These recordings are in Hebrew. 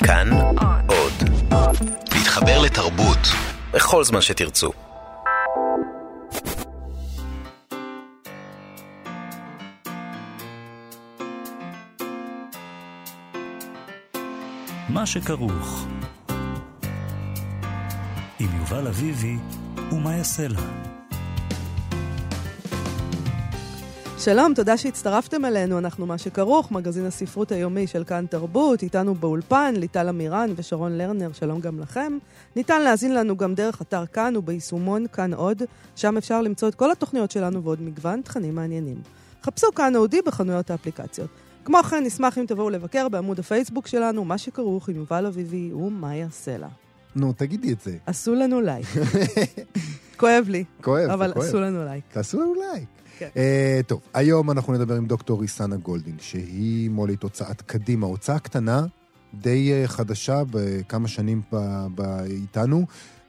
כאן עוד. להתחבר לתרבות בכל זמן שתרצו. מה שכרוך עם יובל אביבי ומה יעשה לה. שלום, תודה שהצטרפתם אלינו, אנחנו מה שכרוך, מגזין הספרות היומי של כאן תרבות, איתנו באולפן, ליטל אמירן ושרון לרנר, שלום גם לכם. ניתן להזין לנו גם דרך אתר כאן וביישומון כאן עוד, שם אפשר למצוא את כל התוכניות שלנו ועוד מגוון תכנים מעניינים. חפשו כאן אודי בחנויות האפליקציות. כמו כן, נשמח אם תבואו לבקר בעמוד הפייסבוק שלנו, מה שכרוך עם יובל אביבי ומה יעשה לה. נו, תגידי את זה. עשו לנו לייק. כואב לי. כואב, אבל עשו לנו לייק. תעשו לנו לייק. כן. טוב, היום אנחנו נדבר עם דוקטור ריסנה גולדין, שהיא מולית הוצאת קדימה, הוצאה קטנה, די חדשה, בכמה שנים איתנו,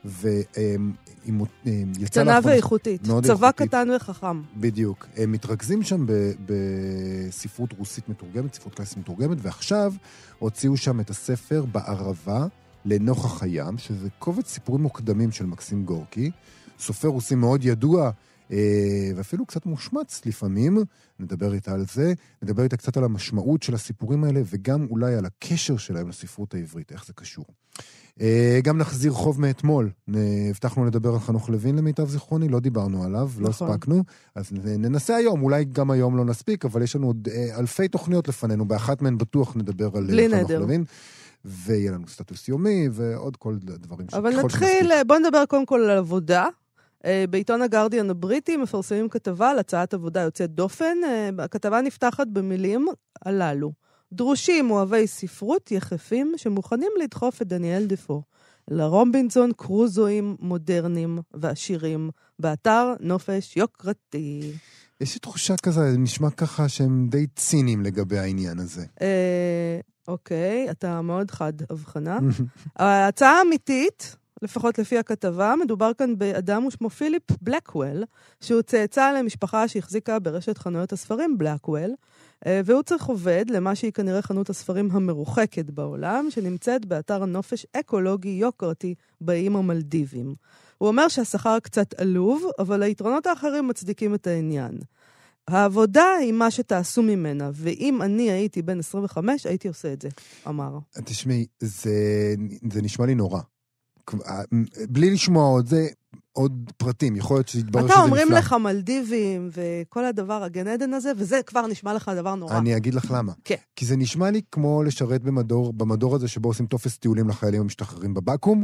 קטנה ואיכותית, צבא קטן וחכם. בדיוק. הם מתרכזים שם בספרות רוסית מתורגמת, ספרות קלאסית מתורגמת, ועכשיו הוציאו שם את הספר בערבה לנוכח הים, שזה קובץ סיפורים מוקדמים של מקסים גורקי, סופר רוסי מאוד ידוע, ואפילו קצת מושמץ לפעמים, נדבר איתה על זה, נדבר איתה קצת על המשמעות של הסיפורים האלה, וגם אולי על הקשר שלהם לספרות העברית, איך זה קשור. גם נחזיר חוב מאתמול, הבטחנו לדבר על חנוך לוין למיטב זיכרוני, לא דיברנו עליו, לא הספקנו, אז ננסה היום, אולי גם היום לא נספיק, אבל יש לנו עוד אלפי תוכניות לפנינו, באחת מהן בטוח נדבר על חנוך לוין, ויהיה לנו סטטוס יומי, ועוד כל דברים. אבל נתחיל, בוא נדבר קודם כל על עבודה, בעיתון הגרדיאן הבריטי מפרסמים כתבה על הצעת עבודה יוצאת דופן. הכתבה נפתחת במילים הללו. דרושים אוהבי ספרות יחפים שמוכנים לדחוף את דניאל דפו לרובינזון קרוזואים מודרניים ועשירים באתר נופש יוקרתי. יש לי תחושה כזה, נשמע ככה שהם די ציניים לגבי העניין הזה. אוקיי, אתה מאוד חד הבחנה. ההצעה האמיתית, לפחות לפי הכתבה, מדובר כאן באדם ושמו פיליפ בלקוול, שהוא צאצא למשפחה שהחזיקה ברשת חנויות הספרים בלקוול, והוא צריך עובד למה שהיא כנראה חנות הספרים המרוחקת בעולם, שנמצאת באתר הנופש אקולוגי יוקרתי באיים המלדיבים. הוא אומר שהשכר קצת עלוב, אבל היתרונות האחרים מצדיקים את העניין. העבודה היא מה שתעשו ממנה, ואם אני הייתי בן 25, הייתי עושה את זה, אמר. תשמעי, זה נשמע לי נורא. בלי לשמוע עוד פרטים, יכול להיות שיתברר שזה נפלא. אתה אומרים לך מלדיבים וכל הדבר הגנדן הזה, וזה כבר נשמע לך דבר נורא. אני אגיד לך למה. כן. כי זה נשמע לי כמו לשרת במדור הזה שבו עושים טופס טיולים לחיילים המשתחררים בבקו"ם.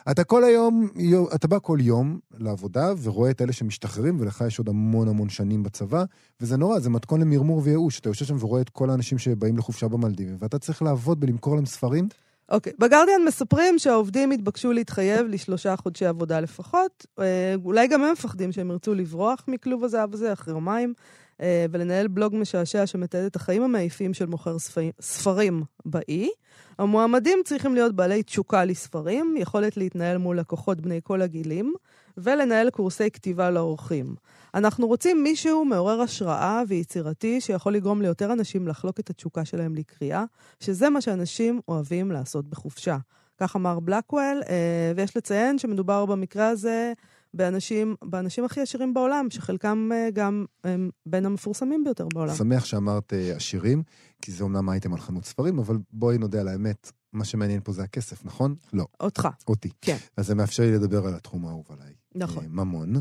אתה בא כל יום לעבודה ורואה את אלה שמשתחררים, ולך יש עוד המון המון שנים בצבא, וזה נורא, זה מתכון למרמור וייאוש. אתה יושב שם ורואה את כל האנשים שבאים לחופשה במלדיבים, ואתה צריך לעבוד בלמכור להם ספרים. אוקיי, בגרדיאן מספרים שהעובדים התבקשו להתחייב ל3 חודשי עבודה לפחות, אולי גם הם מפחדים שהם ירצו לברוח מכלוב הזהב הזה אחרי יומיים, ולנהל בלוג משעשע שמתעד את החיים המעיפים של מוכר ספרים באי. המועמדים צריכים להיות בעלי תשוקה לספרים, יכולת להתנהל מול לקוחות בני כל הגילים, ולנהל קורסי כתיבה לאורחים. אנחנו רוצים מישהו מעורר השראה ויצירתי שיכול לגרום ליותר אנשים לחלוק את התשוקה שלהם לקריאה, שזה מה שאנשים אוהבים לעשות בחופשה. כך אמר בלקוול, ויש לציין שמדובר במקרה הזה באנשים הכי עשירים בעולם, שחלקם גם בין המפורסמים ביותר בעולם. שמח שאמרת עשירים, כי זה אומנם הייתם על חנות ספרים, אבל בואי נודה על האמת, מה שמעניין פה זה הכסף, נכון? לא. אותי. כן. אז זה מאפשר לי לדבר על התחום האהוב עליי. נכון. ממון,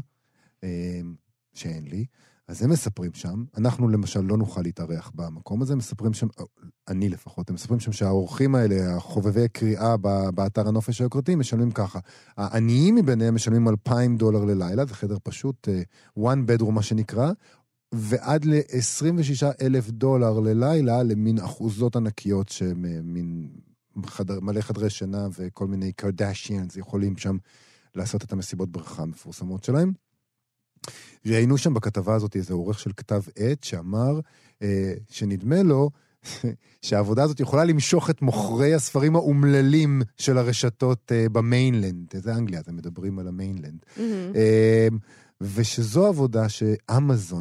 שאין לי. אז הם מספרים שם, אנחנו למשל לא נוכל להתארח במקום הזה, מספרים שם, אני לפחות, הם מספרים שם שהאורחים האלה, החובבי קריאה באתר הנופש היוקרתי, משלמים ככה. העניים מביניהם משלמים $2,000 ללילה, זה חדר פשוט, one bedroom מה שנקרא, ועד $26,000 ללילה, למין אחוזות ענקיות, שמין מלא חדרי שינה, וכל מיני קרדשיאנס יכולים שם לעשות את המסיבות ברכה המפורסמות שלהם. ראינו שם בכתבה הזאת איזה עורך של כתב עת שאמר שנדמה לו שהעבודה הזאת יכולה למשוך את מוכרי הספרים האומללים של הרשתות במיינלנד. זה אנגליה, אתם מדברים על המיינלנד. ושזו עבודה שאמזון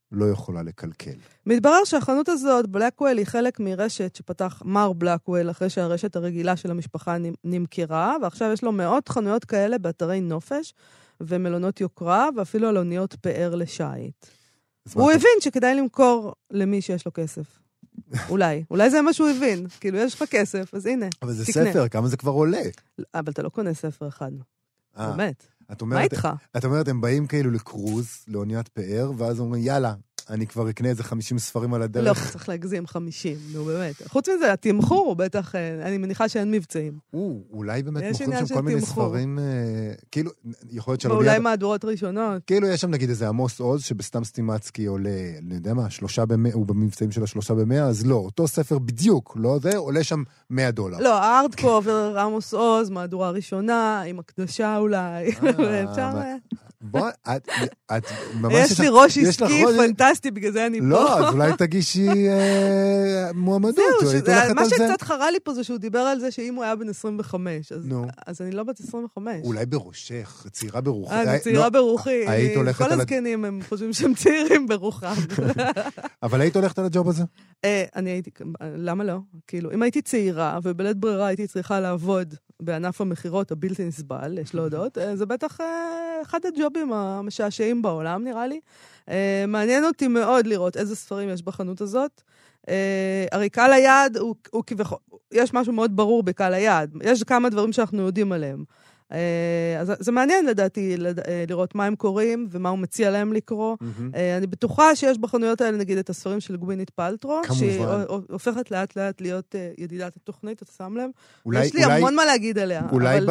לא יכולה לקלקל. מתברר שהחנות הזאת, בלקוול, היא חלק מרשת שפתח מר בלקוול, אחרי שהרשת הרגילה של המשפחה נמכרה, ועכשיו יש לו מאות חנויות כאלה באתרי נופש, ומלונות יוקרה, ואפילו על אוניות פאר לשייט. הוא הבין שכדאי למכור למי שיש לו כסף. אולי זה מה שהוא הבין. כאילו, יש לך כסף, אז הנה, אבל זה תקנה. ספר, כמה זה כבר עולה? אבל אתה לא קונה ספר אחד. באמת. מה איתך? את אומרת, הם באים כאילו לקרוז, לאוניית פאר, ואז אומרים, יאללה, אני כבר אקנה איזה 50 ספרים על הדרך. לא, צריך להגזים 50, נו באמת. חוץ מזה, התמחור, בטח, אני מניחה שאין מבצעים. אולי באמת מוכרים שם כל מיני ספרים, כאילו, יכול להיות ואולי מהדורות ראשונות. כאילו, יש שם נגיד איזה עמוס עוז, שבסתם סטימצקי עולה, אני יודע מה, 3 ב-100, הוא במבצעים של 3 ב-100, אז לא, אותו ספר בדיוק, לא זה, עולה שם $100. לא, הארד קובר, עמוס עוז, מהדורה ראשונה, עם הקדשה אולי, אפשר... בוא, את ממש... יש לי ראש עסקי פנטסטי, בגלל זה אני פה. לא, אז אולי תגישי מועמדות. זהו, מה שקצת חרה לי פה זה שהוא דיבר על זה שאם הוא היה בן 25, אז אני לא בת 25. אולי ברושך, צעירה ברוחי. צעירה ברוחי. כל על... הזקנים הם חושבים שהם צעירים ברוחם. אבל היית הולכת על הג'וב הזה? אני הייתי, למה לא? כאילו, אם הייתי צעירה ובלית ברירה הייתי צריכה לעבוד בענף המחירות הבלתי נסבל, יש להודות, זה בטח אחד הג'ובים המשעשעים בעולם, נראה לי. מעניין אותי מאוד לראות איזה ספרים יש בחנות הזאת. הרי קהל היעד, יש משהו מאוד ברור בקהל היעד. יש כמה דברים שאנחנו יודעים עליהם. אז זה מעניין לדעתי לראות מה הם קוראים ומה הוא מציע להם לקרוא. אני בטוחה שיש בחנויות האלה נגיד את הספרים של גווינית פלטרו, שהיא הופכת לאט לאט להיות ידידת התוכנית, אתה שם לב? יש לי המון מה להגיד עליה. אולי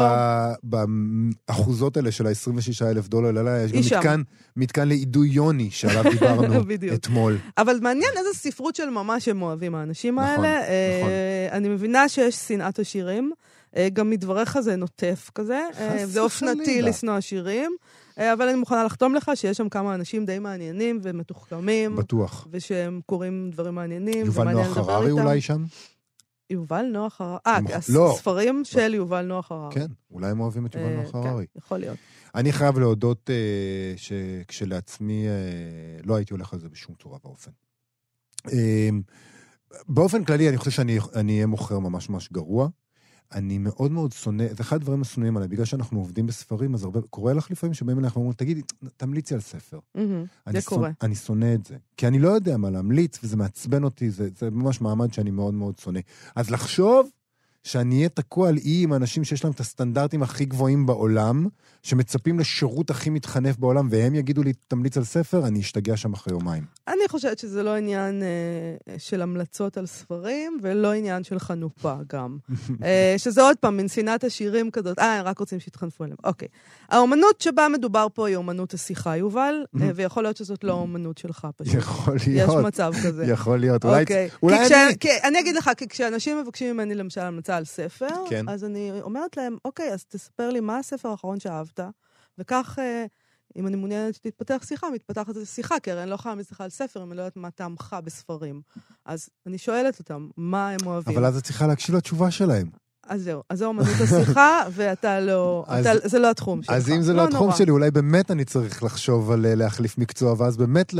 באחוזות האלה של $26,000, יש גם מתקן לעידוי יוני שעליו דיברנו אתמול. אבל מעניין איזה ספרות של ממש הם אוהבים האנשים האלה. אני מבינה שיש שנאת השירים. גם מדבריך זה נוטף כזה, זה אופנתי לשנוא השירים, אבל אני מוכנה לחתום לך שיש שם כמה אנשים די מעניינים ומתוחכמים. בטוח. ושהם קוראים דברים מעניינים. יובל נוח הררי אולי שם? יובל נוח הררי, הספרים של יובל נוח הררי. כן, אולי הם אוהבים את יובל נוח הררי. כן, יכול להיות. אני חייב להודות שכשלעצמי לא הייתי הולך על זה בשום צורה באופן. באופן כללי אני חושב שאני אהיה מוכר ממש ממש גרוע. אני מאוד מאוד שונא, זה אחד הדברים השונאים עליי, בגלל שאנחנו עובדים בספרים, אז הרבה, קורא לך לפעמים שבאים אליך ואומרים, תגידי, תמליצי על ספר. זה קורה. אני שונא את זה. כי אני לא יודע מה להמליץ, וזה מעצבן אותי, זה ממש מעמד שאני מאוד מאוד שונא. אז לחשוב שאני אהיה תקוע על אי עם אנשים שיש להם את הסטנדרטים הכי גבוהים בעולם, שמצפים לשירות הכי מתחנף בעולם, והם יגידו לי, תמליץ על ספר, אני אשתגע שם אחרי יומיים. אני חושבת שזה לא עניין של המלצות על ספרים, ולא עניין של חנופה גם. שזה עוד פעם, מן שנאת השירים כזאת, רק רוצים שיתחנפו אליהם. אוקיי. האומנות שבה מדובר פה היא אומנות השיחה, יובל, ויכול להיות שזאת לא אומנות שלך פשוט. יכול להיות. יש מצב כזה. יכול להיות. אני אגיד לך, כי כשאנשים מבקשים ממני למשל המלצה על ספר, אז אני אומרת להם, אוקיי, אז תספר לי מה הספר האחרון שאהבת, וכך, אם אני מעוניינת שתתפתח שיחה, מתפתחת איזו שיחה, כי הרי אני לא יכולה להמליץ לך על ספר, אם אני לא יודעת מה טעמך בספרים. אז אני שואלת אותם, מה הם אוהבים. אבל אז את צריכה להקשיב לתשובה שלהם. אז זהו, אז זו אומנות השיחה, ואתה לא, זה לא התחום שלך. אז אם זה לא התחום שלי, אולי באמת אני צריך לחשוב על להחליף מקצוע, ואז באמת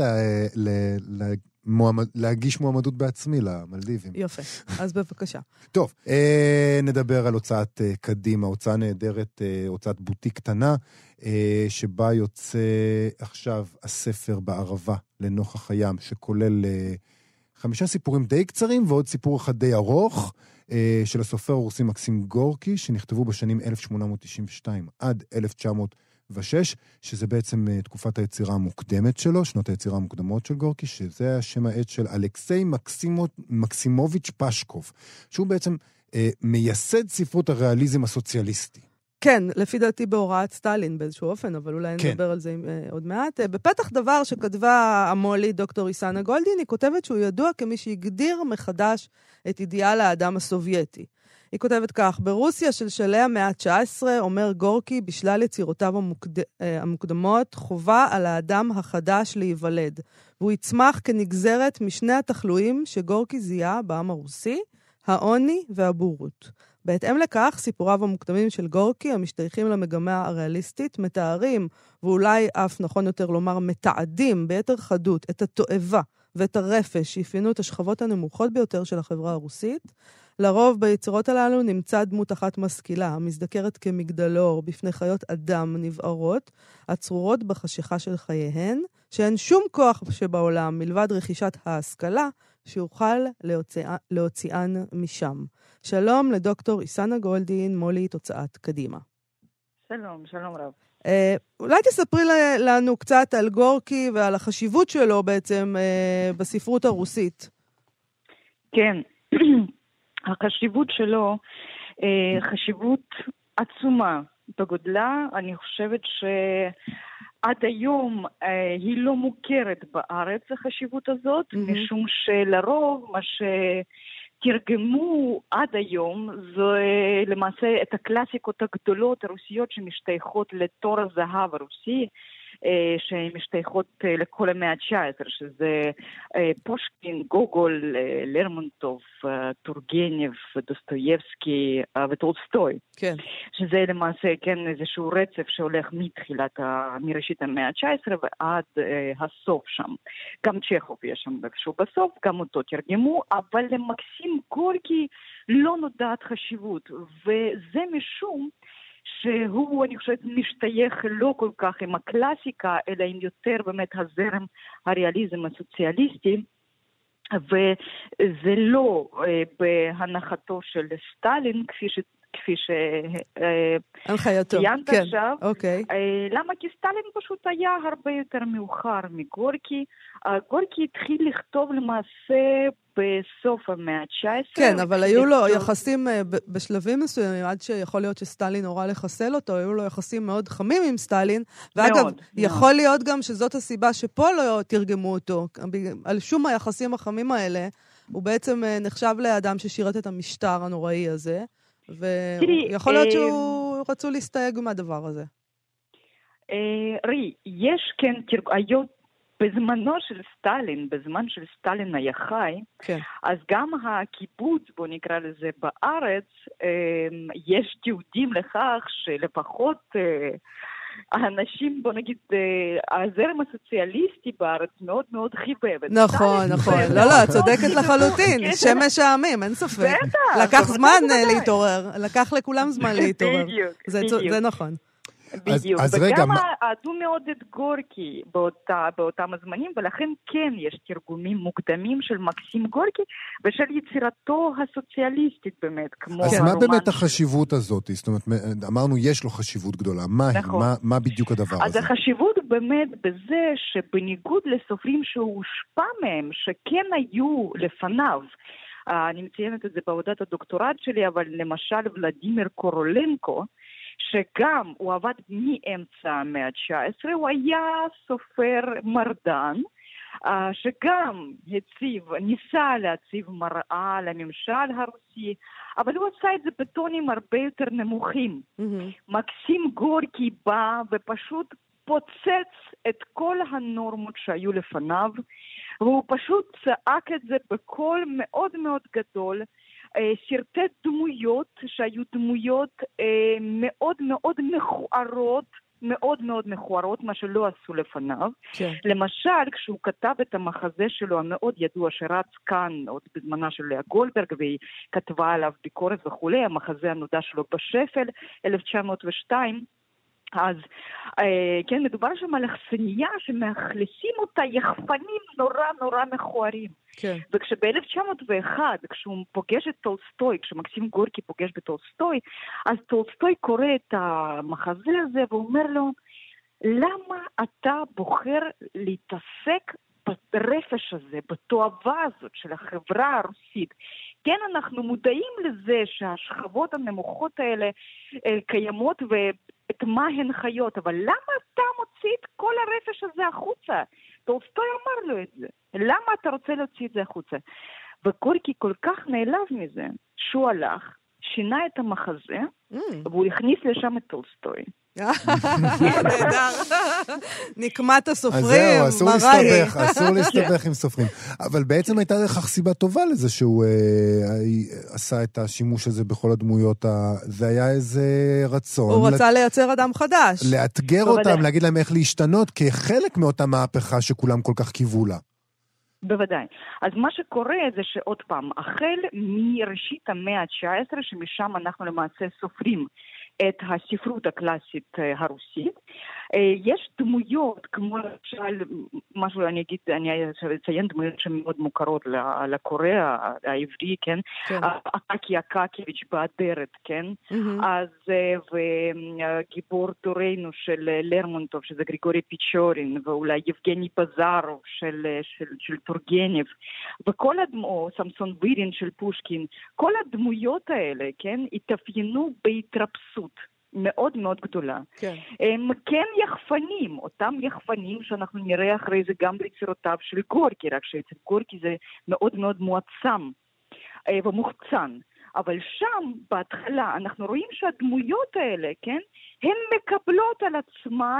להגיש מועמדות בעצמי למלדיבים. יופי, אז בבקשה. טוב, נדבר על הוצאת קדימה, הוצאה נהדרת, הוצאת בוטיק קטנה, שבה יוצא עכשיו הספר בערבה לנוכח הים, שכולל 5 סיפורים די קצרים, ועוד סיפור אחד די ארוך, של הסופר הרוסי מקסים גורקי, שנכתבו בשנים 1892 עד 1906, שזה בעצם תקופת היצירה המוקדמת שלו, שנות היצירה המוקדמות של גורקי, שזה השם העט של אלכסי מקסימוביץ' פשקוב, שהוא בעצם מייסד ספרות הריאליזם הסוציאליסטי. כן, לפי דעתי בהוראת סטלין באיזשהו אופן, אבל אולי נדבר על זה עוד מעט. בפתח דבר שכתבה המולי דוקטור איסנה גולדין, היא כותבת שהוא ידוע כמי שהגדיר מחדש את אידיאל האדם הסובייטי. היא כותבת כך, ברוסיה של שלהי המאה ה-19 אומר גורקי בשלל יצירותיו המוקדמות חובה על האדם החדש להיוולד, והוא יצמח כנגזרת משני התחלואים שגורקי זיהה בעם הרוסי, העוני והבורות. בהתאם לכך, סיפוריו המוקדמים של גורקי, המשתייכים למגמה הריאליסטית, מתארים, ואולי אף נכון יותר לומר, מתעדים ביתר חדות את התועבה ואת הרפש שאפיינו את השכבות הנמוכות ביותר של החברה הרוסית. לרוב ביצירות הללו נמצא דמות אחת משכילה, המזדקרת כמגדלור בפני חיות אדם נבערות, הצרורות בחשיכה של חייהן, שאין שום כוח שבעולם מלבד רכישת ההשכלה, שיוכל להוציאן משם. שלום לדוקטור איסנה גולדין, מולי תוצאת קדימה. שלום רב. אולי תספרי לנו קצת על גורקי ועל החשיבות שלו בעצם בספרות הרוסית. כן, החשיבות שלו, חשיבות עצומה בגודלה. אני חושבת שעד היום היא לא מוכרת בארץ, החשיבות הזאת, משום שלרוב מה תרגמו עד היום זה למעשה את הקלאסיקות הגדולות הרוסיות שמשתייכות לתור הזהב הרוסי, שמשתייכות לכל המאה ה-19, שזה פושקין, גוגול, לרמונטוב, טורגניב, דוסטויבסקי וטולסטוי. כן. שזה למעשה, כן, איזשהו רצף שהולך מראשית המאה ה-19 ועד הסוף שם. גם צ'כוב יש שם איזשהו בסוף, גם אותו תרגמו, אבל למקסים גורקי לא נודעת חשיבות, וזה משום שהוא, אני חושבת, משתייך לא כל כך עם הקלאסיקה, אלא עם יותר באמת הזרם הריאליזם הסוציאליסטי, וזה לא בהנחתו של סטלין, כפי שציינת עכשיו. למה? כי סטלין פשוט היה הרבה יותר מאוחר מגורקי. גורקי התחיל לכתוב למעשה בסוף המאה ה-19. כן, אבל היו לו יחסים בשלבים מסוימים, עד שיכול להיות שסטלין הורה לחסל אותו, היו לו יחסים מאוד חמים עם סטלין, ואגב, יכול להיות גם שזאת הסיבה שפה לא תרגמו אותו, על שום היחסים החמים האלה, הוא בעצם נחשב לאדם ששירת את המשטר הנוראי הזה, ויכול להיות שהוא רצו להסתייג מהדבר הזה. יש כן תרגויות, בזמן של סטלין היה חי, כן. אז גם הקיבוץ, בוא נקרא לזה בארץ, יש תיעודים לכך שלפחות האנשים, בוא נגיד, הזרם הסוציאליסטי בארץ מאוד מאוד חיבב. נכון. לא, צודקת לחלוטין. שמש העמים, אין ספק. לקח זמן להתעורר. לקח לכולם זמן להתעורר. זה נכון. בדיוק, וגם אהדו מאוד את גורקי באותם הזמנים, ולכן כן יש תרגומים מוקדמים של מקסים גורקי ושל יצירתו הסוציאליסטית באמת, כמו אז מה באמת החשיבות הזאת? זאת אומרת, אמרנו יש לו חשיבות גדולה, מה בדיוק הדבר הזה? אז החשיבות באמת בזה שבניגוד לסופרים שהוא הושפע מהם, שכן היו לפניו, אני מציינת את זה בעבודת הדוקטורט שלי, אבל למשל ולדימיר קורולנקו, שגם הוא עבד מאמצע המאה ה-19, הוא היה סופר מרדן, שגם ניסה להציב מראה לממשל הרוסי, אבל הוא עשה את זה בטונים הרבה יותר נמוכים. מקסים גורקי בא ופשוט פוצץ את כל הנורמות שהיו לפניו, והוא פשוט צעק את זה בקול מאוד מאוד גדול, סרטי דמויות שהיו דמויות מאוד מאוד מכוערות, מה שלא עשו לפניו. כן. למשל, כשהוא כתב את המחזה שלו המאוד ידוע שרץ כאן עוד בזמנה של לאה גולדברג, והיא כתבה עליו ביקורת וכולי, המחזה הנודע שלו בשפל, 1902, אז כן, מדובר שם על אכסניה שמאכלסים אותה יחפנים נורא מכוערים. כן. וכשב-1901, כשהוא פוגש את טולסטוי, כשמקסים גורקי פוגש בטולסטוי, אז טולסטוי קורא את המחזה הזה ואומר לו, למה אתה בוחר להתעסק ברפש הזה, בתועבה הזאת של החברה הרוסית? כן, אנחנו מודעים לזה שהשכבות הנמוכות האלה קיימות ואת מה הן חיות, אבל למה אתה מוציא את כל הרפש הזה החוצה? טולסטוי אמר לו את זה. למה אתה רוצה להוציא את זה החוצה? וגורקי כל כך נעלב מזה, שהוא הלך, שינה את המחזה, והוא הכניס לשם את טולסטוי. נקמת הסופרים, אז זהו, אסור להסתבך עם סופרים. אבל בעצם הייתה לכך סיבה טובה לזה שהוא עשה את השימוש הזה בכל הדמויות. זה היה איזה רצון. הוא רצה לייצר אדם חדש. לאתגר אותם, להגיד להם איך להשתנות, כחלק מאותה מהפכה שכולם כל כך קיוו לה. בוודאי. אז מה שקורה זה שעוד פעם, החל מראשית המאה ה-19, שמשם אנחנו למעשה סופרים את הספרות הקלאסית הרוסית, יש דמויות, כמו למשל, משהו אני אציין דמויות שמאוד מוכרות לקורא העברי, כן? אקאקי אקאקיביץ' באדרת, כן? אז, וגיבור דורנו של לרמונטוב, שזה גריגורי פיצ'ורין, ואולי יבגני פזרוב של טורגניב, וכל הדמויות, סמסון וירין של פושקין, כל הדמויות האלה, כן? התאפיינו בהתרפסות. מאוד מאוד גדולה. כן. הם כן יחפנים, אותם יחפנים שאנחנו נראה אחרי זה גם ביצירותיו של גורקי, רק שאצל גורקי זה מאוד מאוד מועצם ומוחצן. אבל שם, בהתחלה, אנחנו רואים שהדמויות האלה, כן, הן מקבלות על עצמן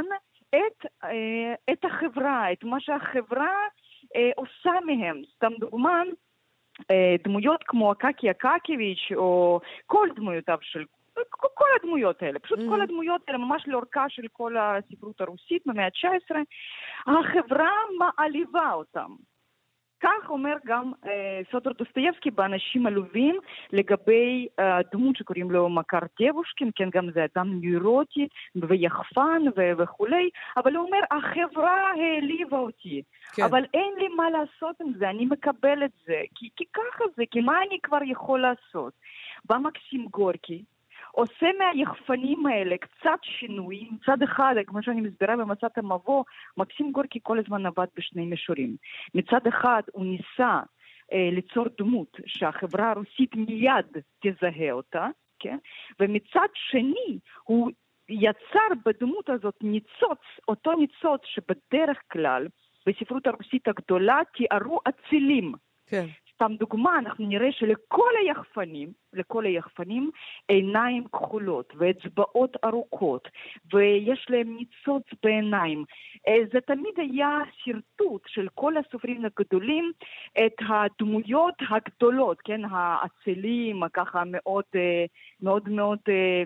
את החברה, את מה שהחברה עושה מהם. סתם דוגמה, דמויות כמו אקאקי אקאקיביץ' או כל דמויותיו של כל הדמויות האלה, פשוט כל הדמויות האלה, ממש לאורכה של כל הספרות הרוסית במאה ה-19, החברה מעליבה אותם. כך אומר גם פיוטר דוסטויבסקי באנשים עלובים לגבי דמות שקוראים לו מקר דבושקין, כן, גם זה אדם נירוטי ויחפן וכולי, אבל הוא אומר, החברה העליבה אותי, כן. אבל אין לי מה לעשות עם זה, אני מקבל את זה, כי ככה זה, כי מה אני כבר יכול לעשות? בא מקסים גורקי, עושה מהיחפנים האלה קצת שינוי, מצד אחד, כמו שאני מסבירה במצאת המבוא, מקסים גורקי כל הזמן עבד בשני מישורים. מצד אחד הוא ניסה ליצור דמות שהחברה הרוסית מיד תזהה אותה, כן? ומצד שני הוא יצר בדמות הזאת ניצוץ, אותו ניצוץ שבדרך כלל בספרות הרוסית הגדולה תיארו אצילים. כן. סתם דוגמה, אנחנו נראה שלכל היחפנים עיניים כחולות ואצבעות ארוכות, ויש להם ניצוץ בעיניים. זה תמיד היה סרטוט של כל הסופרים הגדולים, את הדמויות הגדולות, כן, האצילים, ככה מאוד מאוד מאוד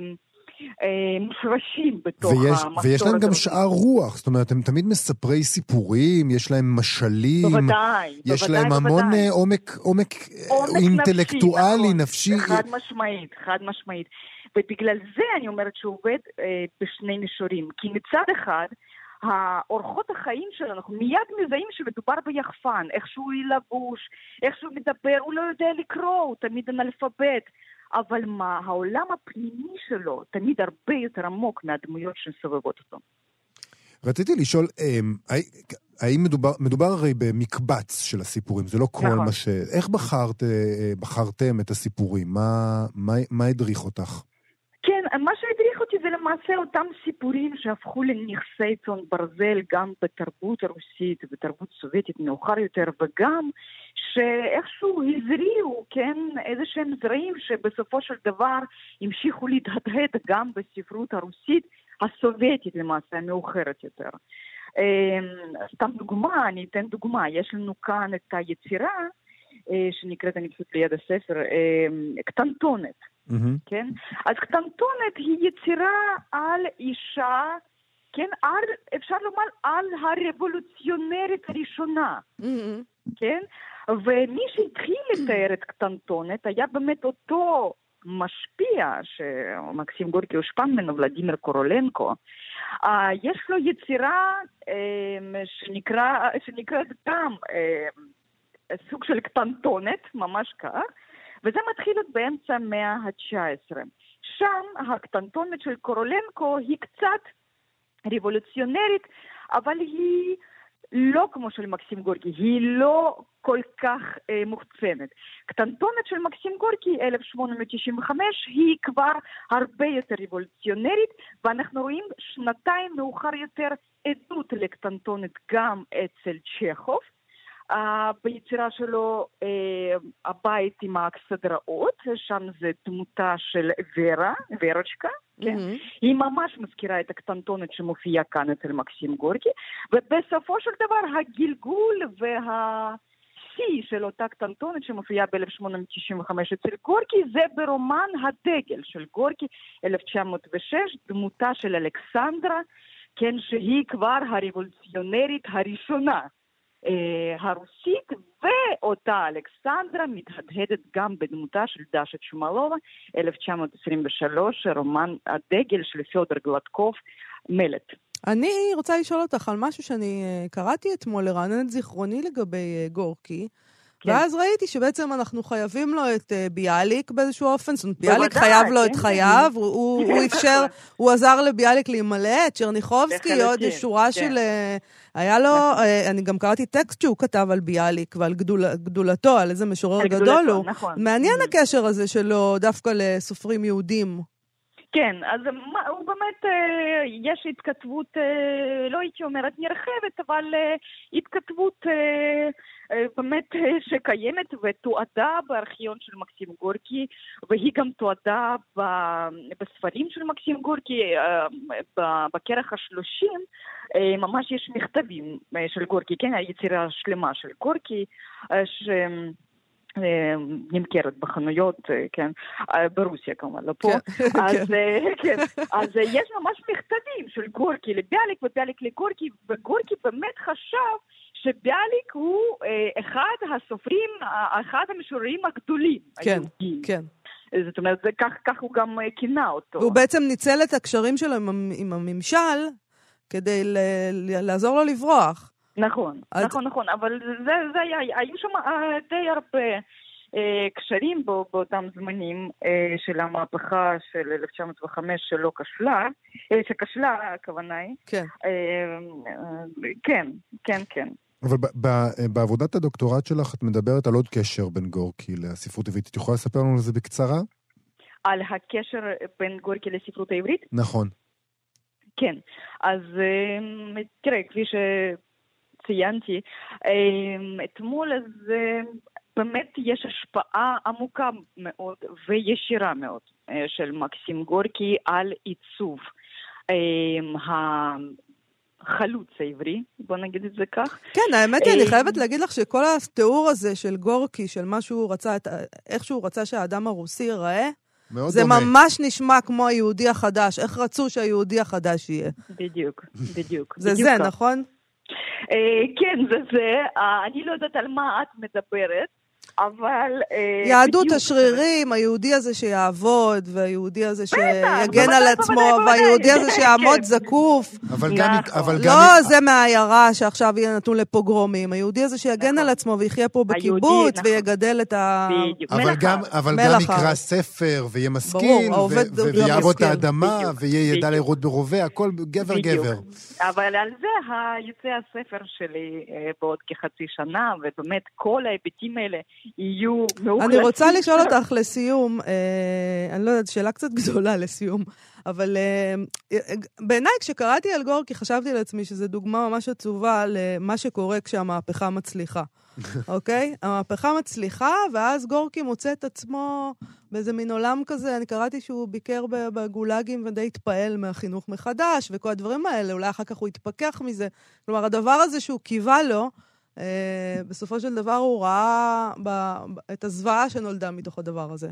מושרשים בתוך המסורת. ויש להם גם שאר רוח, זאת אומרת, הם תמיד מספרי סיפורים, יש להם משלים, בוודאי, יש להם המון עומק אינטלקטואלי, נפשי. חד משמעית. ובגלל זה אני אומרת שהוא עובד בשני מישורים, כי מצד אחד, האורחות החיים שלנו, אנחנו מיד מזהים שמדובר ביחפן, איך שהוא לבוש, איך שהוא מדבר, הוא לא יודע לקרוא, הוא תמיד אנאלפבית. אבל מה, העולם הפנימי שלו תמיד הרבה יותר עמוק מהדמויות שסובבות אותו. רציתי לשאול, האם מדובר הרי במקבץ של הסיפורים, זה לא כל מה ש... איך בחרתם את הסיפורים? מה הדריך אותך? כן, מה שהדריך אותי זה למעשה אותם סיפורים שהפכו לנכסי צאן ברזל גם בתרבות הרוסית ובתרבות סובייטית מאוחר יותר, וגם שאיכשהו הזריעו, כן, איזה שהם זרעים שבסופו של דבר המשיכו להתהדהד גם בספרות הרוסית הסובייטית למעשה המאוחרת יותר. סתם דוגמה, אני אתן דוגמה, יש לנו כאן את היצירה שנקראת, אני פשוט ליד הספר, קטנטונת. כן? אז קטנטונת היא יצירה על אישה, כן? אפשר לומר על הרבולוציונרית הראשונה. כן? ומי שהתחיל לתאר את קטנטונת היה באמת אותו משפיע שמקסים גורקי הושפע ממנו, ולדימיר קורולנקו. יש לו יצירה שנקראת גם סוג של קטנטונת, ממש כך, וזה מתחיל עוד באמצע המאה ה-19. שם הקטנטונת של קורולנקו היא קצת רבולוציונרית, אבל היא לא כמו של מקסים גורקי, היא לא כל כך מוחצנת. קטנטונת של מקסים גורקי, 1895, היא כבר הרבה יותר רבולוציונרית, ואנחנו רואים שנתיים מאוחר יותר עדות לקטנטונת גם אצל צ'כוב, ביצירה שלו הבית עם האכסדראות, שם זה דמותה של ורוצ'קה, כן? היא ממש מזכירה את הקטנטונת שמופיעה כאן אצל מקסים גורקי, ובסופו של דבר הגלגול והשיא של אותה קטנטונת שמופיעה ב-1895 אצל גורקי, זה ברומן הדגל של גורקי, 1906, דמותה של אלכסנדרה, כן, שהיא כבר הרבולוציונרית הראשונה הרוסית, ואותה אלכסנדרה מתהדהדת גם בדמותה של דשה צ'ומלובה, 1923, רומן הדגל של פיודר גלדקוב, מלט. אני רוצה לשאול אותך על משהו שאני קראתי אתמול, לרענן את זיכרוני לגבי גורקי, כן. ואז ראיתי שבעצם אנחנו חייבים לו את ביאליק באיזשהו אופן, זאת אומרת, ביאליק חייב לו את חייו, הוא אפשר, הוא עזר לביאליק להימלא, את צ'רניחובסקי, עוד שורה של, היה לו, אני גם קראתי טקסט שהוא כתב על ביאליק ועל גדולתו, על איזה משורר גדול הוא. מעניין הקשר הזה שלו דווקא לסופרים יהודים. כן, אז הוא באמת, יש התכתבות, לא הייתי אומרת נרחבת, אבל התכתבות באמת שקיימת ותועדה בארכיון של מקסים גורקי, והיא גם תועדה בספרים של מקסים גורקי, בכרך ה-30, ממש יש מכתבים של גורקי, כן, היצירה השלמה של גורקי, נמכרת בחנויות, כן, ברוסיה כמובן, לא פה. אז יש ממש מכתבים של גורקי לביאליק וביאליק לגורקי, וגורקי באמת חשב שביאליק הוא אחד הסופרים, אחד המשוררים הגדולים. כן, כן. זאת אומרת, כך הוא גם כינה אותו. והוא בעצם ניצל את הקשרים שלו עם הממשל כדי לעזור לו לברוח. נכון, אבל זה היה, היו שם די הרבה קשרים באותם זמנים של המהפכה של 1905 שלא כשלה, שכשלה הכוונה היא. כן. אבל בעבודת הדוקטורט שלך את מדברת על עוד קשר בין גורקי לספרות העברית. את יכולה לספר לנו על זה בקצרה? על הקשר בין גורקי לספרות העברית? נכון. כן, אז תראה, כפי ציינתי, אתמול אז באמת יש השפעה עמוקה מאוד וישירה מאוד של מקסים גורקי על עיצוב החלוץ העברי, בוא נגיד את זה כך. כן, האמת היא, אני חייבת להגיד לך שכל התיאור הזה של גורקי, של מה שהוא רצה, איך שהוא רצה שהאדם הרוסי ייראה, זה דומה. ממש נשמע כמו היהודי החדש, איך רצו שהיהודי החדש יהיה. בדיוק. זה, נכון? כן, זה. אני לא יודעת על מה את מדברת, אבל... יהדות השרירים, היהודי הזה שיעבוד, והיהודי הזה שיגן על עצמו, והיהודי הזה שיעמוד זקוף. אבל גם... לא, זה מהעיירה שעכשיו יהיה נתון לפוגרומים. היהודי הזה שיגן על עצמו ויחיה פה בקיבוץ, ויגדל את אבל גם יקרא ספר, ויהיה משכיל, ויעבוד את האדמה, ויהיה ידע לראות ברובה, הכל גבר. אבל על זה יוצא הספר שלי בעוד כחצי שנה, ובאמת כל ההיבטים האלה יהיו מאוחלטים. אני רוצה לשאול אותך לסיום, אני לא יודעת, שאלה קצת גדולה לסיום, אבל בעיניי כשקראתי על גורקי חשבתי לעצמי שזו דוגמה ממש עצובה למה שקורה כשהמהפכה מצליחה. אוקיי? המהפכה מצליחה, ואז גורקי מוצא את עצמו באיזה מין עולם כזה. אני קראתי שהוא ביקר בגולגים ודי התפעל מהחינוך מחדש, וכל הדברים האלה, אולי אחר כך הוא התפכח מזה. כלומר, הדבר הזה שהוא קיווה לו, בסופו של דבר הוא ראה את הזוועה שנולדה מתוך הדבר הזה.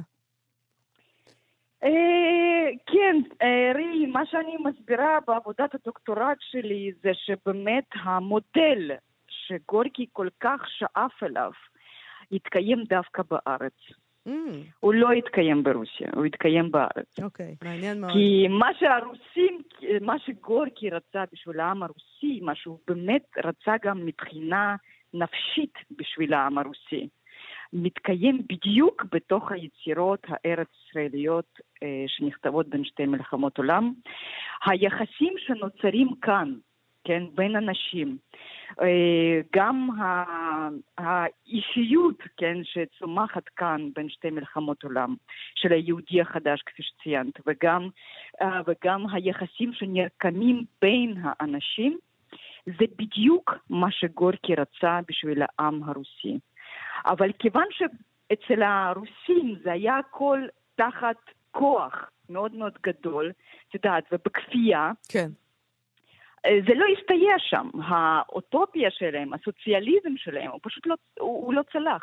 כן, ראי, מה שאני מסבירה בעבודת הדוקטורט שלי זה שבאמת המודל שגורקי כל כך שאף אליו יתקיים דווקא בארץ. הוא לא יתקיים ברוסיה, הוא יתקיים בארץ. אוקיי, מעניין מאוד. כי מה שגורקי רצה בשביל העם הרוסי, מה שהוא באמת רצה גם מבחינה נפשית בשביל העם הרוסי, מתקיים בדיוק בתוך היצירות הארץ ישראליות שנכתבות בין שתי מלחמות עולם. היחסים שנוצרים כאן, כן, בין אנשים, גם האישיות, כן, שצומחת כאן בין שתי מלחמות עולם של היהודי החדש, כפי שציינת, וגם היחסים שנרקמים בין האנשים, זה בדיוק מה שגורקי רצה בשביל העם הרוסי. אבל כיוון שאצל הרוסים זה היה הכל תחת כוח מאוד מאוד גדול, תדעת, ובכפייה, כן. זה לא הסתייע שם. האוטופיה שלהם, הסוציאליזם שלהם, הוא פשוט לא צלח.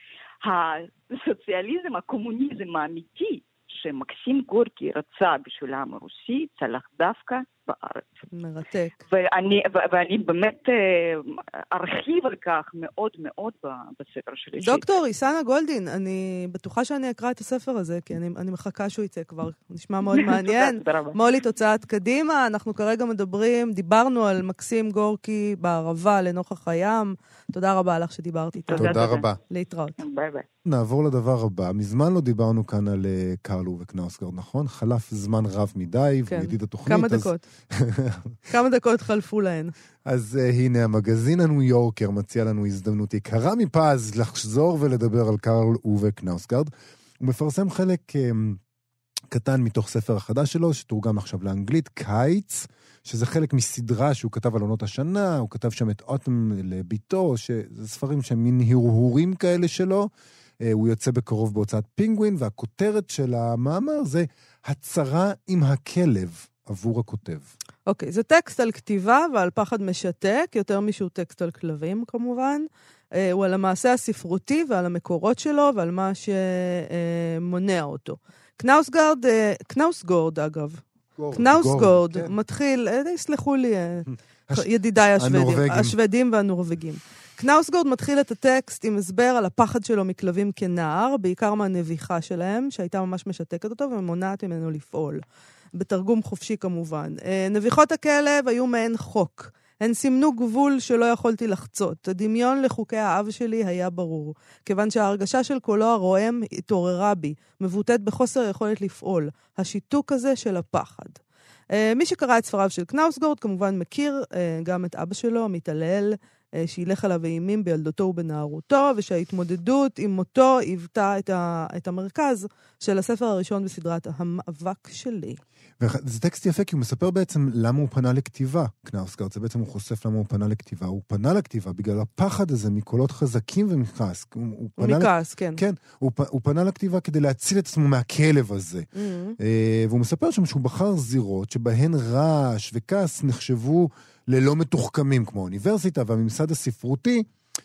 הסוציאליזם, הקומוניזם האמיתי, שמקסים גורקי רצה בשביל העם הרוסי, צלח דווקא בארץ. מרתק. ואני באמת ארחיב על כך מאוד מאוד בספר שלי. דוקטור איסנה גולדין, אני בטוחה שאני אקרא את הספר הזה, כי אני מחכה שהוא יצא כבר. נשמע מאוד מעניין. מולי תוצאת קדימה, אנחנו כרגע דיברנו על מקסים גורקי בערבה לנוכח הים. תודה רבה לך שדיברת איתה. תודה רבה. להתראות. ביי ביי. נעבור לדבר הבא. מזמן לא דיברנו כאן על קרל אובה קנאוסגרד, נכון? חלף זמן רב מדי, והוא ידיד התוכנית. כמה דקות. כמה דקות חלפו להן. אז הנה, המגזין הניו יורקר מציע לנו הזדמנות יקרה מפז לחזור ולדבר על קרל אובה קנאוסגרד. הוא מפרסם חלק קטן מתוך ספר החדש שלו, שתורגם עכשיו לאנגלית, קיץ, שזה חלק מסדרה שהוא כתב על עונות השנה, הוא כתב שם את אוטם לביתו, שזה ספרים שהם מין הרהורים כאלה שלו, הוא יוצא בקרוב בהוצאת פינגווין, והכותרת של המאמר זה הצרה עם הכלב עבור הכותב. אוקיי, זה טקסט על כתיבה ועל פחד משתק, יותר משהו טקסט על כלבים כמובן. הוא על המעשה הספרותי ועל המקורות שלו ועל מה שמונע אותו. קנאוסגורד אגב. קנאוסגורד מתחיל, יסלחו לי ידידיי השוודים והנורווגים. קנאוסגורד מתחיל את הטקסט עם הסבר על הפחד שלו מכלבים כנער, בעיקר מהנביחה שלהם, שהייתה ממש משתקת אותו ומונעת ממנו לפעול. בתרגום חופשי כמובן. נביחות הכלב היו מעין חוק. הן סימנו גבול שלא יכולתי לחצות. הדמיון לחוקי האב שלי היה ברור. כיוון שההרגשה של קולו הרועם התעוררה בי, מבוטאת בחוסר יכולת לפעול. השיתוק הזה של הפחד. מי שקרא את ספריו של קנאוסגורד כמובן מכיר גם את אבא שלו, מתעלל, שילך עליו אימים בילדותו ובנערותו, ושההתמודדות עם מותו היוותה את המרכז של הספר הראשון בסדרת המאבק שלי. וזה טקסט יפה, כי הוא מספר בעצם למה הוא פנה לכתיבה, קנאוסגרד, זה בעצם הוא חושף למה הוא פנה לכתיבה. הוא פנה לכתיבה בגלל הפחד הזה מקולות חזקים ומכעס. ומכעס, כן. כן, הוא פנה לכתיבה כדי להציל את עצמו מהכלב הזה. והוא מספר שם שהוא בחר זירות שבהן רעש וכעס נחשבו ללא מתוחכמים, כמו האוניברסיטה והממסד הספרותי,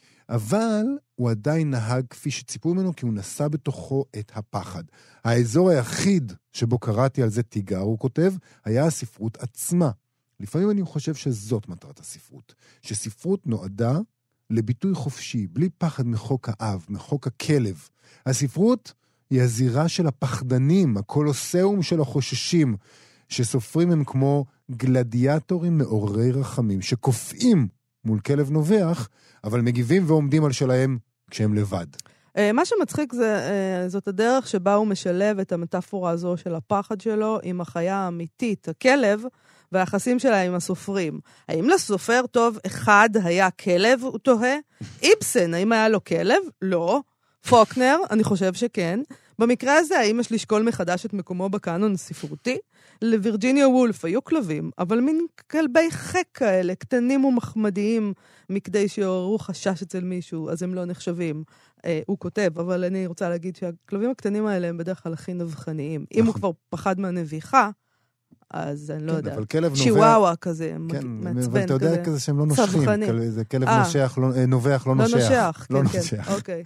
אבל הוא עדיין נהג כפי שציפו ממנו, כי הוא נשא בתוכו את הפחד. האזור היחיד שבו קראתי על זה תיגר, הוא כותב, היה הספרות עצמה. לפעמים אני חושב שזאת מטרת הספרות. שספרות נועדה לביטוי חופשי, בלי פחד מחוק האב, מחוק הכלב. הספרות היא הזירה של הפחדנים, הקולוסאום של החוששים, שסופרים הם כמו גלדיאטורים מעוררי רחמים, שקופאים מול כלב נובח, אבל מגיבים ועומדים על שלהם כשהם לבד. מה שמצחיק זאת הדרך שבה הוא משלב את המטאפורה הזו של הפחד שלו עם החיה האמיתית, הכלב, והיחסים שלה עם הסופרים. האם לסופר טוב אחד היה כלב, הוא תוהה? איבסן, האם היה לו כלב? לא. פוקנר, אני חושב שכן. במקרה הזה, האם יש לשקול מחדש את מקומו בקאנון הספרותי? לווירג'יניה וולף היו כלבים, אבל מין כלבי חק כאלה, קטנים ומחמדיים, מכדי שיעוררו חשש אצל מישהו, אז הם לא נחשבים. הוא כותב, אבל אני רוצה להגיד שהכלבים הקטנים האלה הם בדרך כלל הכי נבחניים. אם הוא כבר פחד מהנביחה, אז אני לא יודע. צ'יוואווה כזה, מעצבן כזה. אבל אתה יודע כזה שהם לא נושכים. זה כלב נובח, לא נושך. לא נושך, אוקיי.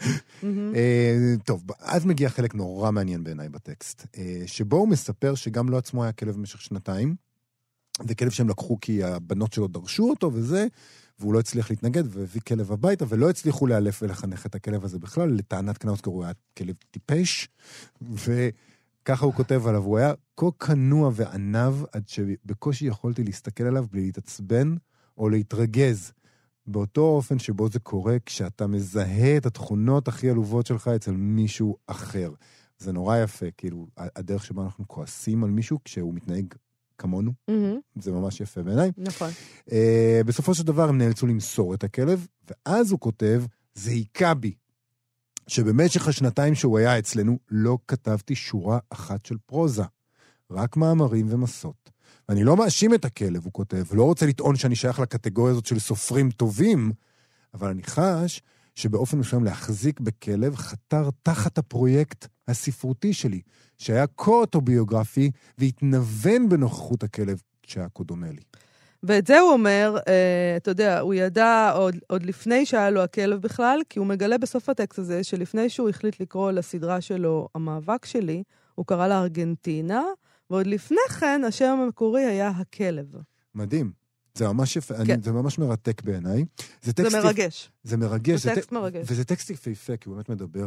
טוב, אז מגיע חלק נורא מעניין בעיניי בטקסט, שבו הוא מספר שגם לא עצמו היה כלב במשך 2 זה כלב שהם לקחו כי הבנות שלו דרשו אותו וזה, והוא לא הצליח להתנגד והביא כלב הביתה, ולא הצליחו לאלף ולחנך את הכלב הזה בכלל. לטענת קנאוסגורד הוא היה כלב טיפש, ככה הוא כותב עליו, הוא היה כה כנוע וענב, עד שבקושי יכולתי להסתכל עליו בלי להתעצבן או להתרגז, באותו אופן שבו זה קורה כשאתה מזהה את התכונות הכי עלובות שלך אצל מישהו אחר. זה נורא יפה, כאילו, הדרך שבה אנחנו כועסים על מישהו כשהוא מתנהג כמונו, זה ממש יפה בעיניי. נכון. בסופו של דבר הם נאלצו למסור את הכלב, ואז הוא כותב, זה היכה בי. שבמשך 2 שהוא היה אצלנו, לא כתבתי שורה אחת של פרוזה, רק מאמרים ומסות. ואני לא מאשים את הכלב, הוא כותב, ולא רוצה לטעון שאני שייך לקטגוריה הזאת של סופרים טובים, אבל אני חש שבאופן מסוים להחזיק בכלב חתר תחת הפרויקט הספרותי שלי, שהיה כה-אוטוביוגרפי, והתנוון בנוכחות הכלב שהיה כה דומה לי. ואת זה הוא אומר, אתה יודע, הוא ידע עוד לפני שהיה לו הכלב בכלל, כי הוא מגלה בסוף הטקסט הזה, שלפני שהוא החליט לקרוא לסדרה שלו, המאבק שלי, הוא קרא לה ארגנטינה, ועוד לפני כן, השם המקורי היה הכלב. מדהים. זה ממש יפה, כן. זה ממש מרתק בעיניי. זה מרגש. זה מרגש. זה טקסט מרגש. וזה טקסט יפהפה, כי הוא באמת מדבר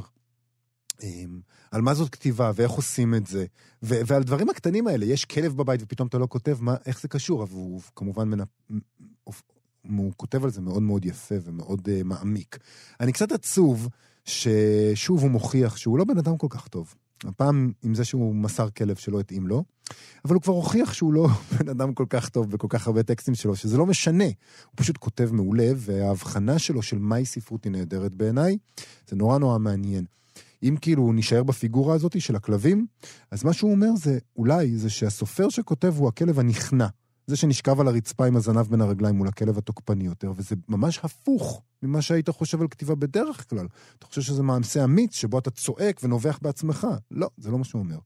על מה זאת כתיבה, ואיך עושים את זה, ועל דברים הקטנים האלה. יש כלב בבית ופתאום אתה לא כותב איך זה קשור, אבל הוא כמובן הוא כותב על זה מאוד מאוד יפה ומאוד מעמיק. אני קצת עצוב ששוב הוא מוכיח שהוא לא בן אדם כל כך טוב. הפעם עם זה שהוא מסר כלב שלא התאים לו, אבל הוא כבר הוכיח שהוא לא בן אדם כל כך טוב בכל כך הרבה טקסטים שלו, שזה לא משנה. הוא פשוט כותב מעולה, וההבחנה שלו של מהי ספרות היא נהדרת בעיניי, זה נורא נורא מעניין. אם כאילו הוא נשאר בפיגורה הזאת של הכלבים, אז מה שהוא אומר זה, אולי זה שהסופר שכותב הוא הכלב הנכנע. זה שנשכב על הרצפה עם הזנב בין הרגליים מול הכלב התוקפני יותר, וזה ממש הפוך ממה שהיית חושב על כתיבה בדרך כלל. אתה חושב שזה מעשה אמיץ שבו אתה צועק ונובח בעצמך. לא, זה לא מה שהוא אומר.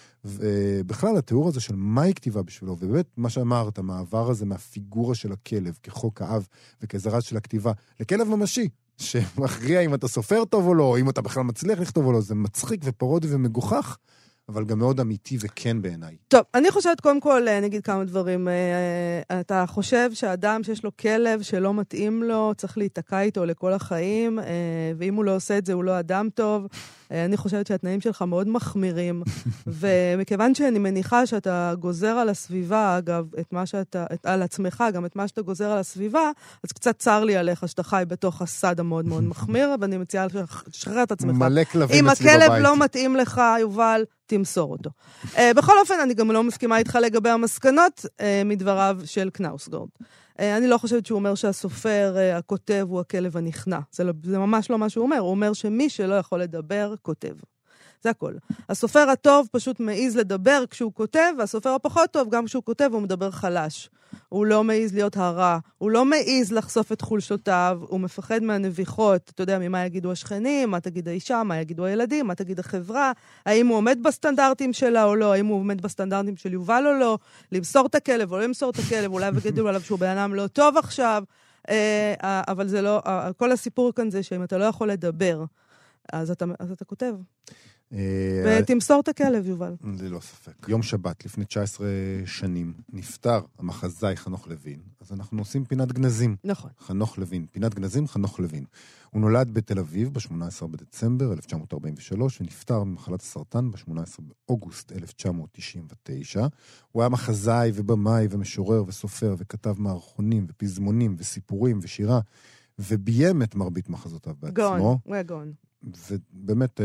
ובכלל התיאור הזה של מהי כתיבה בשבילו, ובאמת מה שאמרת, המעבר הזה מהפיגורה של הכלב כחוק האב וכזרז של הכתיבה, לכלב ממשי, שמכריע אם אתה סופר טוב או לא, או אם אתה בכלל מצליח לכתוב או לא, זה מצחיק ופרודי ומגוחך, אבל גם מאוד אמיתי וכן בעיניי. טוב, אני חושבת קודם כל, נגיד כמה דברים. אתה חושב שהאדם שיש לו כלב שלא מתאים לו, צריך להיתקע איתו לכל החיים, ואם הוא לא עושה את זה, הוא לא אדם טוב. אני חושבת שהתנאים שלך מאוד מחמירים, ומכיוון שאני מניחה שאתה גוזר על הסביבה, אגב, על עצמך, גם את מה שאתה גוזר על הסביבה, אז קצת צר לי עליך שאתה חי בתוך הסד המאוד מאוד מחמיר, ואני מציעה לשחרר את עצמך. מלא כלבים אם אצלי בבית. הכלב לא מתאים לך, יובל, תמסור אותו. בכל אופן, אני גם לא מסכימה איתך לגבי המסקנות מדבריו של קנאוסגורד. אני לא חושבת שהוא אומר שהסופר, הכותב, הוא הכלב הנכנע. זה ממש לא מה שהוא אומר. הוא אומר שמי שלא יכול לדבר, כותב. זה הכל. הסופר הטוב פשוט מעיז לדבר כשהוא כותב, והסופר הפחות טוב, גם כשהוא כותב, הוא מדבר חלש. הוא לא מעיז להיות הרע, הוא לא מעיז לחשוף את חולשותיו, הוא מפחד מהנביחות, אתה יודע, ממה יגידו השכנים, מה תגיד האישה, מה יגידו הילדים, מה תגיד החברה, האם הוא עומד בסטנדרטים שלה או לא, האם הוא עומד בסטנדרטים של יובל או לא, למסור את הכלב או לא למסור את הכלב, אולי וגידו עליו שהוא בן אדם לא טוב עכשיו, אבל זה לא, כל הסיפור כאן זה שאם אתה לא יכול לדבר, אז אתה כותב. ותמסור את הכלב, יובל. ללא ספק. יום שבת, לפני 19 שנים, נפטר המחזאי חנוך לוין. אז אנחנו עושים פינת גנזים. נכון. חנוך לוין. פינת גנזים, חנוך לוין. הוא נולד בתל אביב ב-18 בדצמבר 1943, ונפטר ממחלת הסרטן ב-18 באוגוסט 1999. הוא היה מחזאי ובמאי ומשורר וסופר, וכתב מערכונים ופזמונים וסיפורים ושירה, וביים את מרבית מחזותיו בעצמו. גאון, הוא היה גאון. ובאמת,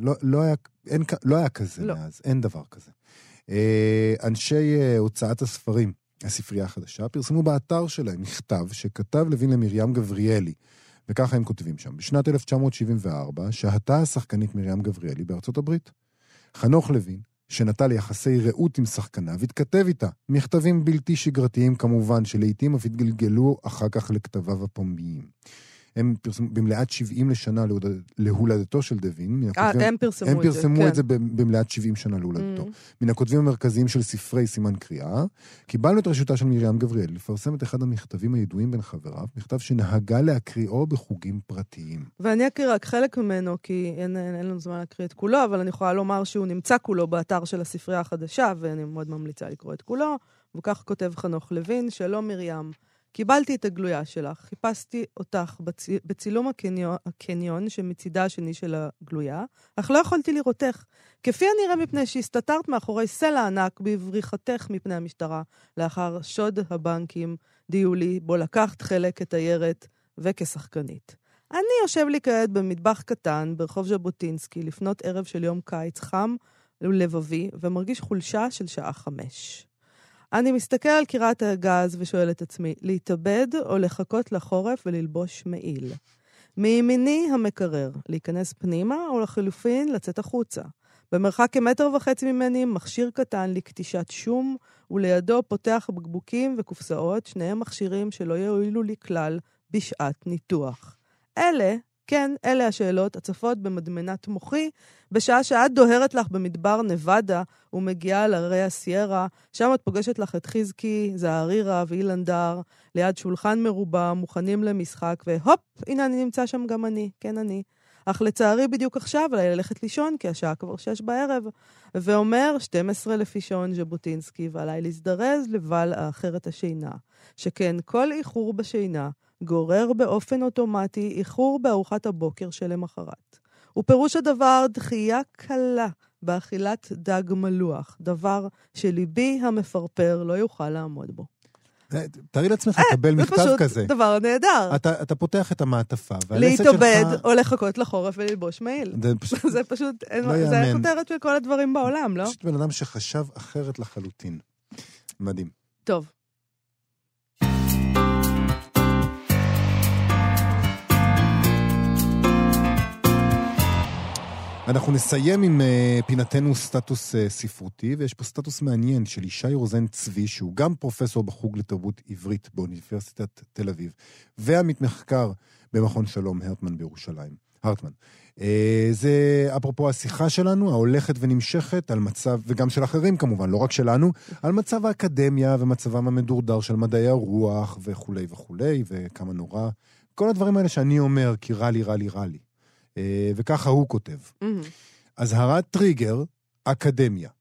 לא היה כזה מאז, אין דבר כזה. אנשי הוצאת הספרים, הספרייה החדשה, פרסמו באתר שלהם מכתב שכתב לוין למרים גבריאלי, וככה הם כותבים שם. בשנת 1974, שהתה השחקנית מרים גבריאלי בארצות הברית. חנוך לוין, שנטה ליחסי רעות עם שחקניו, התכתב איתה, מכתבים בלתי שגרתיים כמובן, שלעיתים אף התגלגלו אחר כך לכתביו הפומביים. הם פרסמו במלאת 70 לשנה להולדתו של דווין. הם פרסמו את זה. הם פרסמו את זה במלאת 70 שנה להולדתו. מן הכותבים המרכזיים של ספרי סימן קריאה, קיבלנו את רשותה של מרים גבריאל לפרסם את אחד המכתבים הידועים בין חבריו, מכתב שנהגה להקריאו בחוגים פרטיים. ואני אקריא רק חלק ממנו, כי אין לנו זמן להקריא את כולו, אבל אני יכולה לומר שהוא נמצא כולו באתר של הספרייה החדשה, ואני מאוד ממליצה לקרוא את כולו, וכך כותב חנוך לוין, שלום מרים. קיבלתי את הגלויה שלך, חיפשתי אותך בצילום הקניון שמצידה השני של הגלויה, אך לא יכולתי לראותך. כפי הנראה מפני שהסתתרת מאחורי סלע ענק בבריחתך מפני המשטרה, לאחר שוד הבנקים דיולי, בו לקחת חלק כתיירת וכשחקנית. אני יושב לי כעת במטבח קטן ברחוב ז'בוטינסקי, לפנות ערב של יום קיץ חם לבבי, ומרגיש חולשה של שעה 5. אני מסתכל על קירת הגז ושואל את עצמי, להתאבד או לחכות לחורף וללבוש מעיל? מימיני המקרר, להיכנס פנימה או לחילופין לצאת החוצה? במרחק כ1.5 מטר ממני, מכשיר קטן לקטישת שום, ולידו פותח בקבוקים וקופסאות, שניהם מכשירים שלא יועילו לי כלל בשעת ניתוח. אלה השאלות הצפות במדמנת מוחי, בשעה שאת דוהרת לך במדבר נבדה ומגיעה להרי הסיירה, שם את פוגשת לך את חזקי, זערירה ואילנדר, ליד שולחן מרובע, מוכנים למשחק, והופ, הנה אני נמצא שם גם אני, כן אני. אך לצערי בדיוק עכשיו עליי ללכת לישון, כי השעה כבר 6 בערב, ואומר 12 לפי שעון ז'בוטינסקי, ועליי להזדרז לבל האחרת השינה, שכן כל איחור בשינה גורר באופן אוטומטי איחור בארוחת הבוקר שלמחרת. ופירוש הדבר דחייה קלה באכילת דג מלוח, דבר שליבי המפרפר לא יוכל לעמוד בו. תראי לעצמך לקבל מכתב כזה. זה פשוט דבר נהדר. אתה פותח את המעטפה. להתאבד או לחכות לחורף וללבוש מעיל. זה פשוט, זה הכותרת של כל הדברים בעולם, לא? פשוט בן אדם שחשב אחרת לחלוטין. מדהים. טוב. אנחנו נסיים עם פינתנו סטטוס ספרותי, ויש פה סטטוס מעניין של ישי רוזן צבי, שהוא גם פרופסור בחוג לתרבות עברית באוניברסיטת תל אביב, ועמית מחקר במכון שלום הרטמן בירושלים. הרטמן. זה אפרופו השיחה שלנו, ההולכת ונמשכת, על מצב, וגם של אחרים כמובן, לא רק שלנו, על מצב האקדמיה ומצבם המדורדר של מדעי הרוח וכו' וכו', וכמה נורא. כל הדברים האלה שאני אומר, כי רע לי. וככה הוא כותב. אזהרת טריגר, אקדמיה.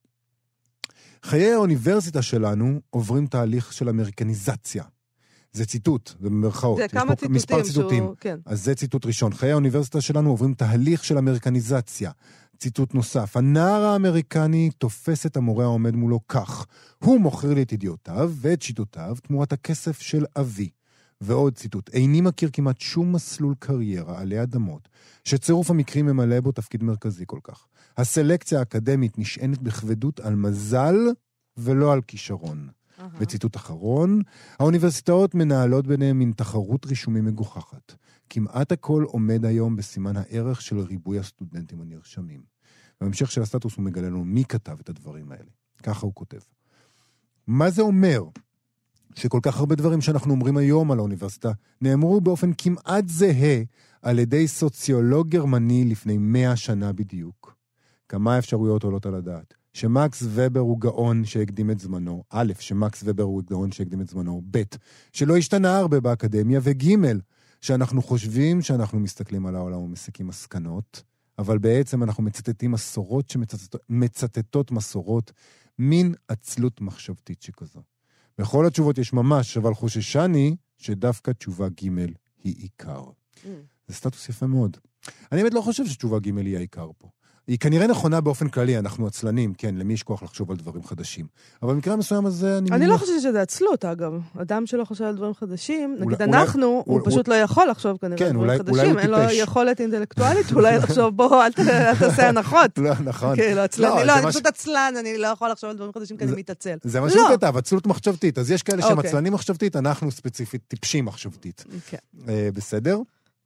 חיי האוניברסיטה שלנו עוברים תהליך של אמריקניזציה. זה ציטוט, זה במרכאות. זה כמה ציטוטים. מספר ציטוטים. כן. אז זה ציטוט ראשון. חיי האוניברסיטה שלנו עוברים תהליך של אמריקניזציה. ציטוט נוסף. הנער האמריקני תופס את המורה העומד מולו כך. הוא מוכר לי את ידיעותיו ואת שיטותיו תמורת הכסף של אבי. ועוד ציטוט, איני מכיר כמעט שום מסלול קריירה עלי אדמות, שצירוף המקרים ממלא בו תפקיד מרכזי כל כך. הסלקציה האקדמית נשענת בכבדות על מזל ולא על כישרון. וציטוט אחרון, האוניברסיטאות מנהלות ביניהם מן תחרות רישומי מגוחכת. כמעט הכל עומד היום בסימן הערך של ריבוי הסטודנטים הנרשמים. בהמשך של הסטטוס הוא מגלה לנו מי כתב את הדברים האלה. ככה הוא כותב. מה זה אומר? שכל כך הרבה דברים שאנחנו אומרים היום על האוניברסיטה, נאמרו באופן כמעט זהה על ידי סוציולוג גרמני לפני 100 שנה בדיוק. כמה אפשרויות עולות על הדעת? שמקס ובר הוא גאון שהקדים את זמנו, א', שמקס ובר הוא גאון שהקדים את זמנו, ב', שלא השתנה הרבה באקדמיה, וג', שאנחנו חושבים שאנחנו מסתכלים על העולם ומסיקים מסקנות, אבל בעצם אנחנו מצטטים מסורות שמצטטות מסורות, מין עצלות מחשבתית שכזו. בכל התשובות יש ממש, אבל חוששני שדווקא תשובה ג' היא עיקר. זה סטטוס יפה מאוד. אני באמת לא חושב שתשובה ג' היא העיקר פה. היא כנראה נכונה באופן כללי, אנחנו עצלנים, כן, למי יש כוח לחשוב על דברים חדשים. אבל במקרה המסוים הזה אני לא חושבת שזה עצלות, אגב. אדם שלא חושב על דברים חדשים, נגיד אנחנו, הוא פשוט לא יכול לחשוב כנראה על דברים חדשים, אין לו יכולת אינטלקטואלית, אולי לחשוב בו, אל תעשה הנחות. לא, נכון. כאילו, עצלני, לא, אני פשוט עצלן, אני לא יכול לחשוב על דברים חדשים, כי אני מתעצל. זה מה שהוא כתב, עצלות מחשבתית. אז יש כאלה שהם עצלנים מחשבתית, אנחנו ספציפית טיפשים מחשבתית. בסדר?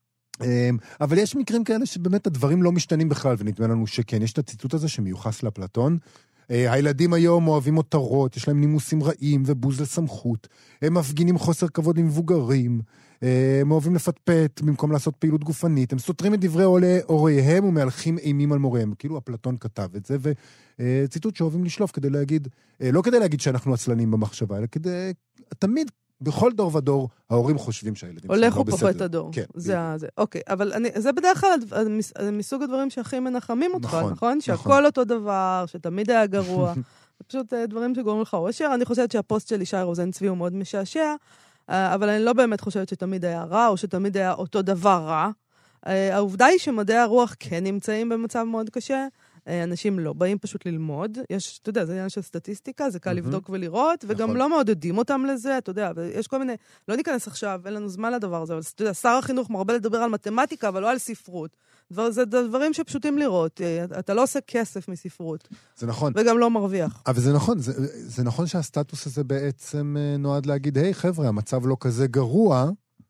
אבל יש מקרים כאלה שבאמת הדברים לא משתנים בכלל, ונדמה לנו שכן, יש את הציטוט הזה שמיוחס לאפלטון, הילדים היום אוהבים מותרות, יש להם נימוסים רעים ובוז לסמכות, הם מפגינים חוסר כבוד למבוגרים, הם אוהבים לפטפט במקום לעשות פעילות גופנית, הם סותרים את דברי הוריהם ומהלכים אימים על מוריהם, כאילו אפלטון כתב את זה, וציטוט שאוהבים לשלוף כדי להגיד, לא כדי להגיד שאנחנו עצלנים במחשבה, אלא כדי, תמיד, בכל דור ודור, ההורים חושבים שהילדים הולך ופוחת הדור. כן. זה. אוקיי, אבל זה בדרך כלל מסוג הדברים שהכי מנחמים אותך, נכון? שהכל אותו דבר, שתמיד היה גרוע. זה פשוט דברים שגורמים לך אושר. אני חושבת שהפוסט של ישי רוזן צבי הוא מאוד משעשע, אבל אני לא באמת חושבת שתמיד היה רע, או שתמיד היה אותו דבר רע. העובדה היא שמדעי הרוח כן נמצאים במצב מאוד קשה, אנשים לא באים פשוט ללמוד, יש, אתה יודע, זה עניין של סטטיסטיקה, זה קל לבדוק ולראות, וגם לא מעודדים אותם לזה, אתה יודע, יש כל מיני, לא ניכנס עכשיו, אין לנו זמן לדבר הזה, אבל אתה יודע, שר החינוך מרבה לדבר על מתמטיקה, אבל לא על ספרות. זה דברים שפשוטים לראות, אתה לא עושה כסף מספרות. זה נכון. וגם לא מרוויח. אבל זה נכון, זה נכון שהסטטוס הזה בעצם נועד להגיד, היי חבר'ה, המצב לא כזה גרוע,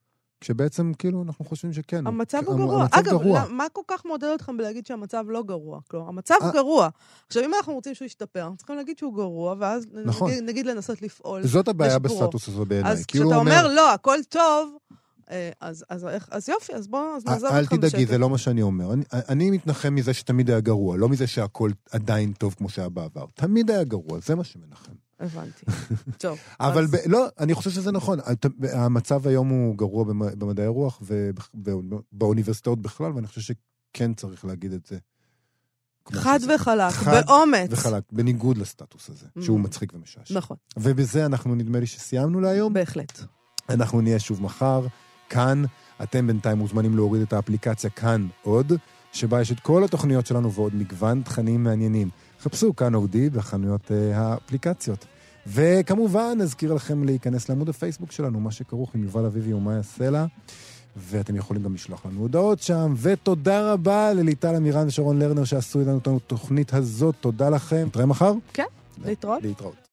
כשבעצם כאילו אנחנו חושבים שכן. המצב הוא גרוע. אגב, מה כל כך מעודד אתכם בלהגיד שהמצב לא גרוע? כלומר, המצב גרוע. עכשיו, אם אנחנו רוצים שהוא ישתפר, אנחנו צריכים להגיד שהוא גרוע, ואז נגיד לנסות לפעול. זאת הבעיה בסטטוס הזה בעיניי. אז כשאתה אומר, לא, הכל טוב, אז יופי, אז בואו נעזוב אתכם בשקט. אל תדאגי, זה לא מה שאני אומר. אני מתנחם מזה שתמיד היה גרוע, לא מזה שהכל עדיין טוב כמו שהיה בעבר. תמיד היה גרוע, זה מה שמנחם. הבנתי. טוב. אבל לא, אני חושב שזה נכון. המצב היום הוא גרוע במדעי הרוח ובאוניברסיטאות בכלל, ואני חושב שכן צריך להגיד את זה. חד וחלק, באומץ. וחלק, בניגוד לסטטוס הזה, שהוא מצחיק ומשעשע. נכון. ובזה אנחנו נדמה לי שסיימנו להיום. בהחלט. אנחנו נהיה שוב מחר, כאן. אתם בינתיים מוזמנים להוריד את האפליקציה כאן עוד, שבה יש את כל התוכניות שלנו ועוד מגוון תכנים מעניינים. חפשו כאן אודי בחנויות האפליקציות. וכמובן, נזכיר לכם להיכנס לעמוד הפייסבוק שלנו, מה שכרוך עם יובל אביבי ומאיה סלע, ואתם יכולים גם לשלוח לנו הודעות שם, ותודה רבה לליטל אמירן ושרון לרנר שעשו איתנו את התוכנית הזאת, תודה לכם. נתראה מחר? כן, להתראות.